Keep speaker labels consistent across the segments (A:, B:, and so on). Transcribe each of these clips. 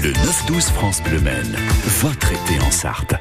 A: Le 9-12 France Bleu Maine, votre été en Sarthe.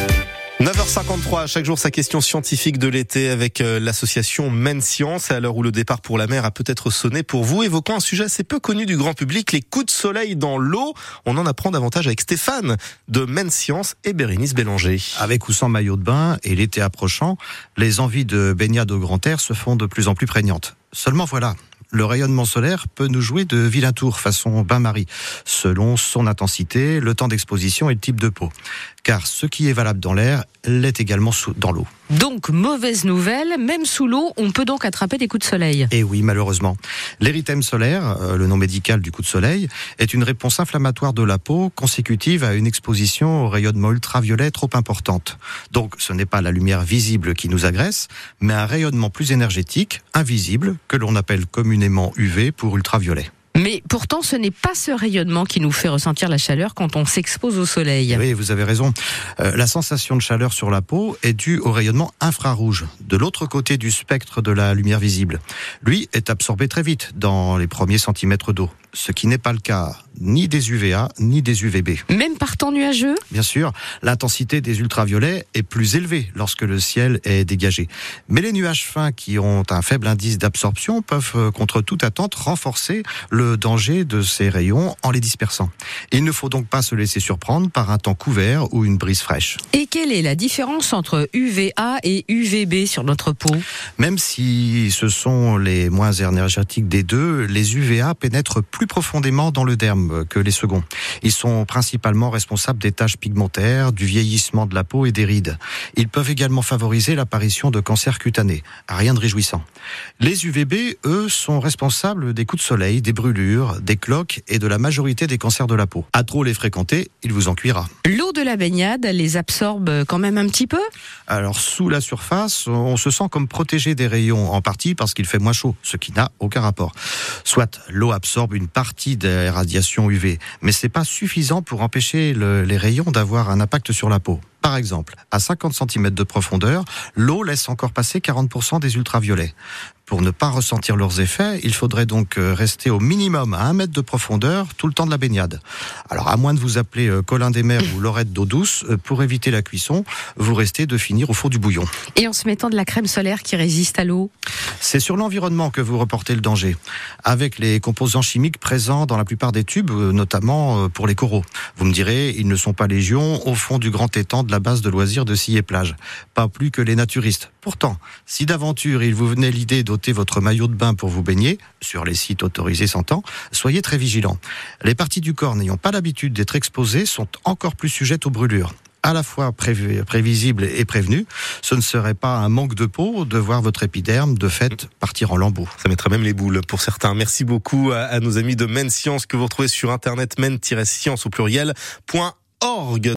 B: 9h53, chaque jour sa question scientifique de l'été avec l'association Maine Science. À l'heure où le départ pour la mer a peut-être sonné pour vous, évoquant un sujet assez peu connu du grand public, les coups de soleil dans l'eau. On en apprend davantage avec Stéphane de Maine Science et Bérénice Bélanger.
C: Avec ou sans maillot de bain et l'été approchant, les envies de baignade au grand air se font de plus en plus prégnantes. Seulement voilà, le rayonnement solaire peut nous jouer de vilains tours façon bain-marie, selon son intensité, le temps d'exposition et le type de peau. Car ce qui est valable dans l'air l'est également dans l'eau.
D: Donc, mauvaise nouvelle, même sous l'eau, on peut donc attraper des coups de soleil.
C: Et oui, malheureusement. L'érythème solaire, le nom médical du coup de soleil, est une réponse inflammatoire de la peau consécutive à une exposition au rayonnement ultraviolet trop importante. Donc, ce n'est pas la lumière visible qui nous agresse, mais un rayonnement plus énergétique, invisible, que l'on appelle communément UV pour ultraviolet.
D: Mais pourtant, ce n'est pas ce rayonnement qui nous fait ressentir la chaleur quand on s'expose au soleil.
C: Oui, vous avez raison. La sensation de chaleur sur la peau est due au rayonnement infrarouge, de l'autre côté du spectre de la lumière visible. Lui est absorbé très vite dans les premiers centimètres d'eau, ce qui n'est pas le cas ni des UVA ni des UVB.
D: Même par temps nuageux ?
C: Bien sûr, l'intensité des ultraviolets est plus élevée lorsque le ciel est dégagé. Mais les nuages fins qui ont un faible indice d'absorption peuvent, contre toute attente, renforcer le danger de ces rayons en les dispersant. Il ne faut donc pas se laisser surprendre par un temps couvert ou une brise fraîche.
D: Et quelle est la différence entre UVA et UVB sur notre peau ?
C: Même si ce sont les moins énergétiques des deux, les UVA pénètrent plus profondément dans le derme que les seconds. Ils sont principalement responsables des taches pigmentaires, du vieillissement de la peau et des rides. Ils peuvent également favoriser l'apparition de cancers cutanés. Rien de réjouissant. Les UVB, eux, sont responsables des coups de soleil, des brûlures, des cloques et de la majorité des cancers de la peau. À trop les fréquenter, il vous en cuira.
D: L'eau de la baignade les absorbe quand même un petit peu ?
C: Alors, sous la surface, on se sent comme protégé des rayons, en partie parce qu'il fait moins chaud, ce qui n'a aucun rapport. Soit l'eau absorbe une partie des radiations UV, mais c'est pas suffisant pour empêcher les rayons d'avoir un impact sur la peau. Par exemple, à 50 cm de profondeur, l'eau laisse encore passer 40% des ultraviolets. Pour ne pas ressentir leurs effets, il faudrait donc rester au minimum à 1 mètre de profondeur tout le temps de la baignade. Alors, à moins de vous appeler Colin des Mers ou Laurette d'eau douce, pour éviter la cuisson, vous restez de finir au fond du bouillon.
D: Et en se mettant de la crème solaire qui résiste à l'eau ?
C: C'est sur l'environnement que vous reportez le danger, avec les composants chimiques présents dans la plupart des tubes, notamment pour les coraux. Vous me direz, ils ne sont pas légion au fond du grand étang de la base de loisirs de Sillé-Plage. Pas plus que les naturistes. Pourtant, si d'aventure il vous venait l'idée d'ôter votre maillot de bain pour vous baigner, sur les sites autorisés s'entend, soyez très vigilants. Les parties du corps n'ayant pas l'habitude d'être exposées sont encore plus sujettes aux brûlures. À la fois prévisible et prévenu, ce ne serait pas un manque de peau de voir votre épiderme de fait partir en lambeaux.
B: Ça mettrait même les boules pour certains. Merci beaucoup à nos amis de Maine Science que vous retrouvez sur internet maine-science au pluriel.org.